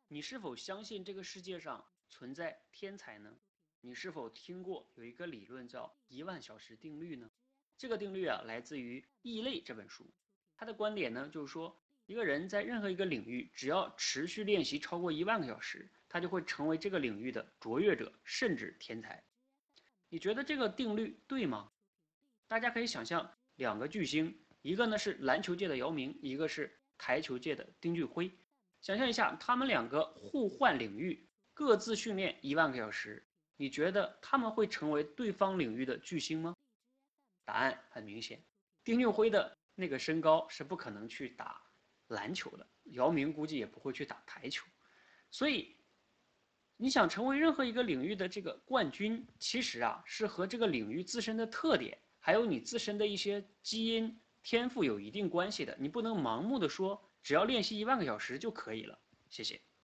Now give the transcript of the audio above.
你是否相信这个世界上存在天才呢？你是否听过有一个理论叫10000小时定律呢？这个定律啊，来自于《异类》这本书。它的观点呢，就是说，一个人在任何一个领域，只要持续练习超过10000个小时，他就会成为这个领域的卓越者，甚至天才。你觉得这个定律对吗？大家可以想象两个巨星，一个呢是篮球界的姚明，一个是台球界的丁俊晖。想象一下，他们两个互换领域，各自训练10000个小时，你觉得他们会成为对方领域的巨星吗？答案很明显，丁俊晖的那个身高是不可能去打篮球的，姚明估计也不会去打台球。所以，你想成为任何一个领域的这个冠军，其实啊是和这个领域自身的特点，还有你自身的一些基因天赋有一定关系的。你不能盲目的说只要练习10000个小时就可以了。谢谢。